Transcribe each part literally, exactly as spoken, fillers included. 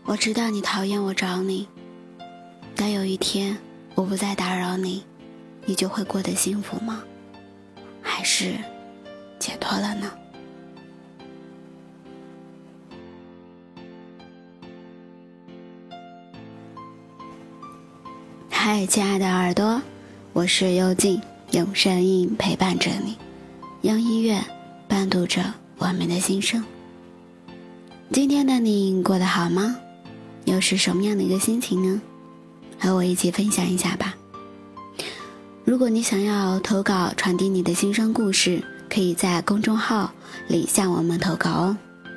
我知道你讨厌我找你，但有一天我不再打扰你，你就会过得幸福吗？还是解脱了呢？嗨，亲爱的耳朵，我是幽静，用声音陪伴着你，用音乐伴读着我们的心声。今天的你过得好吗？又是什么样的一个心情呢？和我一起分享一下吧。如果你想要投稿传递你的心声故事，可以在公众号里向我们投稿哦。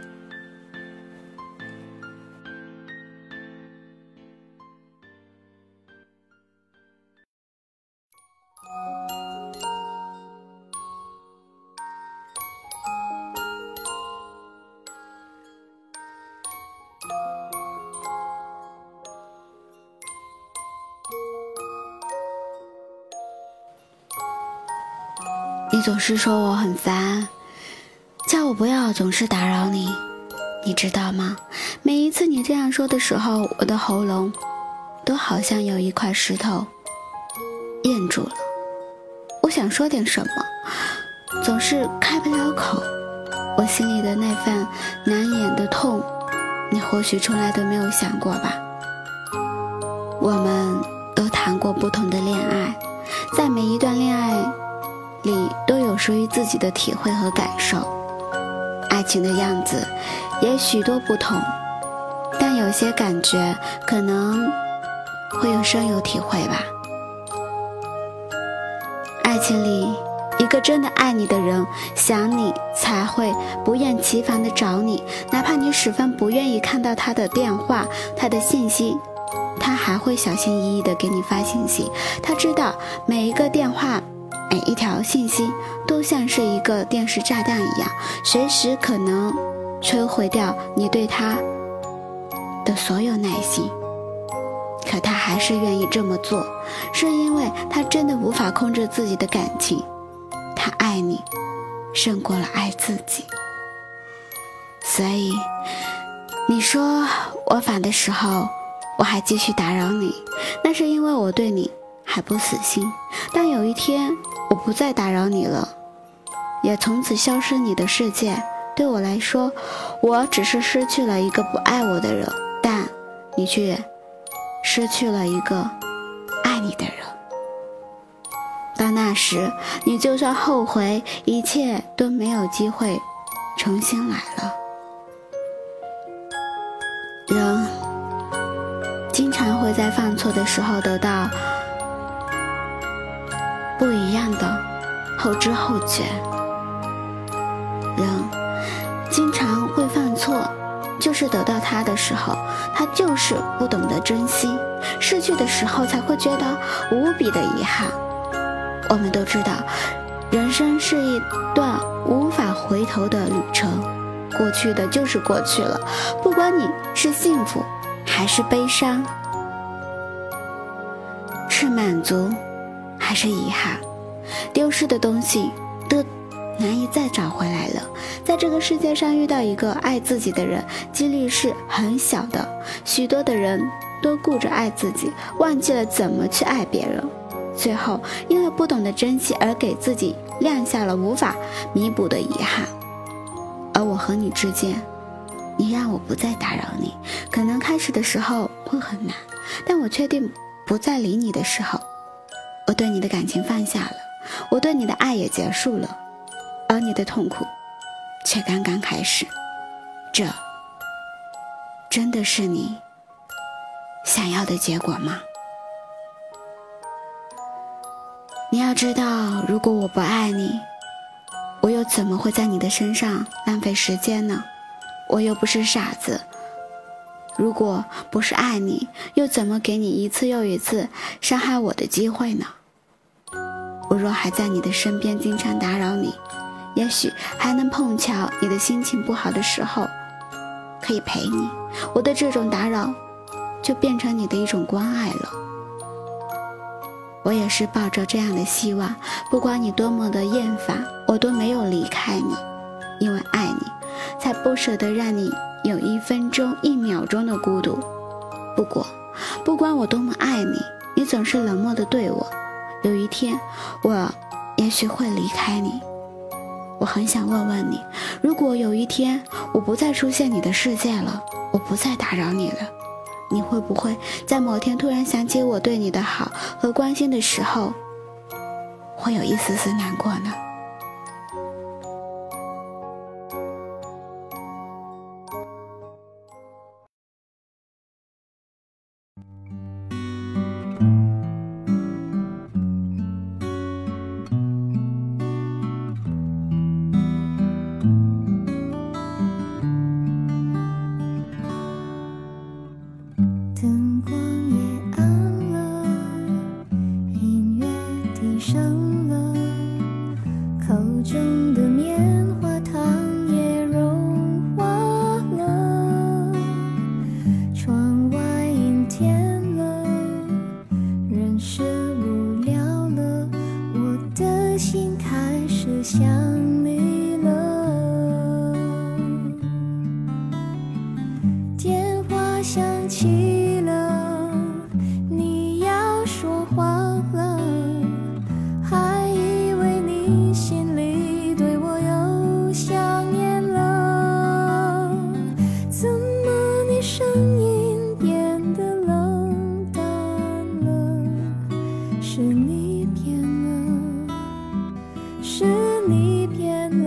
你总是说我很烦，叫我不要总是打扰你，你知道吗？每一次你这样说的时候，我的喉咙都好像有一块石头咽住了。我想说点什么，总是开不了口。我心里的那份难掩的痛，你或许从来都没有想过吧。我们都谈过不同的恋爱，在每一段恋爱里都有属于自己的体会和感受，爱情的样子也许多不同，但有些感觉可能会有深有体会吧。爱情里，一个真的爱你的人想你才会不厌其烦地找你，哪怕你十分不愿意看到他的电话他的信息，他还会小心翼翼地给你发信息。他知道每一个电话每一条信息都像是一个电视炸弹一样，随时可能摧毁掉你对他的所有耐心。可他还是愿意这么做，是因为他真的无法控制自己的感情，他爱你胜过了爱自己。所以你说我烦的时候，我还继续打扰你，那是因为我对你还不死心。但有一天我不再打扰你了，也从此消失你的世界，对我来说，我只是失去了一个不爱我的人，但你却失去了一个爱你的人。到那时，你就算后悔，一切都没有机会重新来了。人经常会在犯错的时候得到不一样的后知后觉。人经常会犯错，就是得到他的时候，他就是不懂得珍惜，失去的时候才会觉得无比的遗憾。我们都知道，人生是一段无法回头的旅程，过去的就是过去了，不管你是幸福还是悲伤，是满足还是遗憾，丢失的东西都难以再找回来了。在这个世界上遇到一个爱自己的人，几率是很小的。许多的人都顾着爱自己，忘记了怎么去爱别人，最后因为不懂得珍惜而给自己酿下了无法弥补的遗憾。而我和你之间，你让我不再打扰你，可能开始的时候会很难，但我确定不再理你的时候，我对你的感情放下了，我对你的爱也结束了，而你的痛苦却刚刚开始。这真的是你想要的结果吗？你要知道，如果我不爱你，我又怎么会在你的身上浪费时间呢？我又不是傻子，如果不是爱你，又怎么给你一次又一次伤害我的机会呢？我若还在你的身边经常打扰你，也许还能碰巧你的心情不好的时候可以陪你，我的这种打扰就变成你的一种关爱了。我也是抱着这样的希望，不管你多么的厌烦，我都没有离开你，因为爱你才不舍得让你有一分钟一秒钟的孤独。不过不管我多么爱你，你总是冷漠地对我。有一天我也许会离开你。我很想问问你，如果有一天我不再出现你的世界了，我不再打扰你了，你会不会在某天突然想起我对你的好和关心的时候，会有一丝丝难过呢？ 灯光也暗了，音乐低声了，口中的棉花糖也融化了，窗外阴天了，人是无聊了，我的心开始想你了。电话响起了，你要说话了，还以为你心里对我又想念了，怎么你声音变得冷淡了？是你变了，是你变了。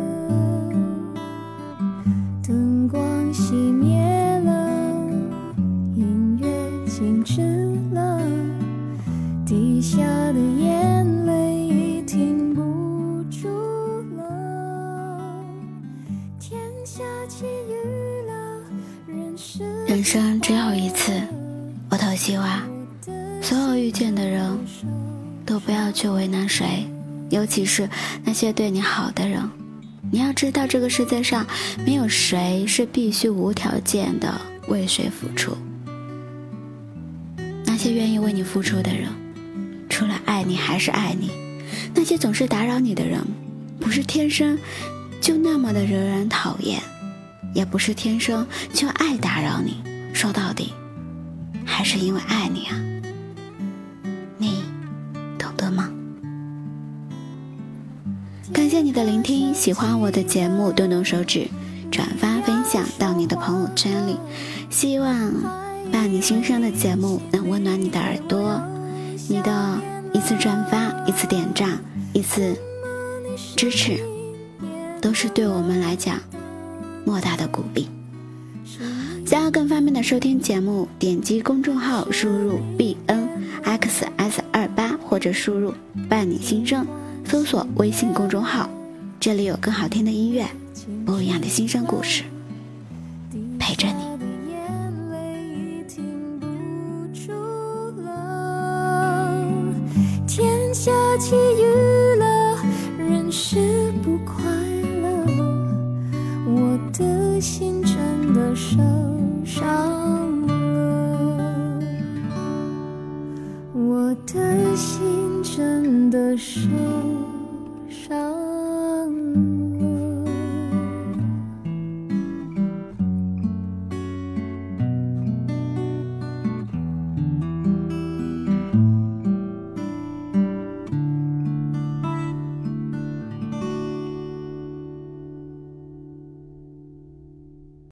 灯光熄灭了，音乐静止了，滴下的眼泪已停不住了，天下起雨了，人生人生只有一次，我都希望所有遇见的人都不要去为难谁，尤其是那些对你好的人。你要知道，这个世界上没有谁是必须无条件的为谁付出。那些愿意为你付出的人，除了爱你还是爱你。那些总是打扰你的人，不是天生就那么的惹人讨厌，也不是天生就爱打扰你，说到底还是因为爱你啊，你懂得吗？感谢你的聆听，喜欢我的节目动动手指转发分享到你的朋友圈里，希望伴你心声的节目能温暖你的耳朵。你的一次转发，一次点赞，一次支持，都是对我们来讲莫大的鼓励。想要更方便的收听节目，点击公众号输入 B N X S 二八 或者输入伴你心声，搜索微信公众号，这里有更好听的音乐，不一样的心声故事，陪着你。 天下起雨了，人是不快乐，我的心真的受伤了，我的心真的受伤了。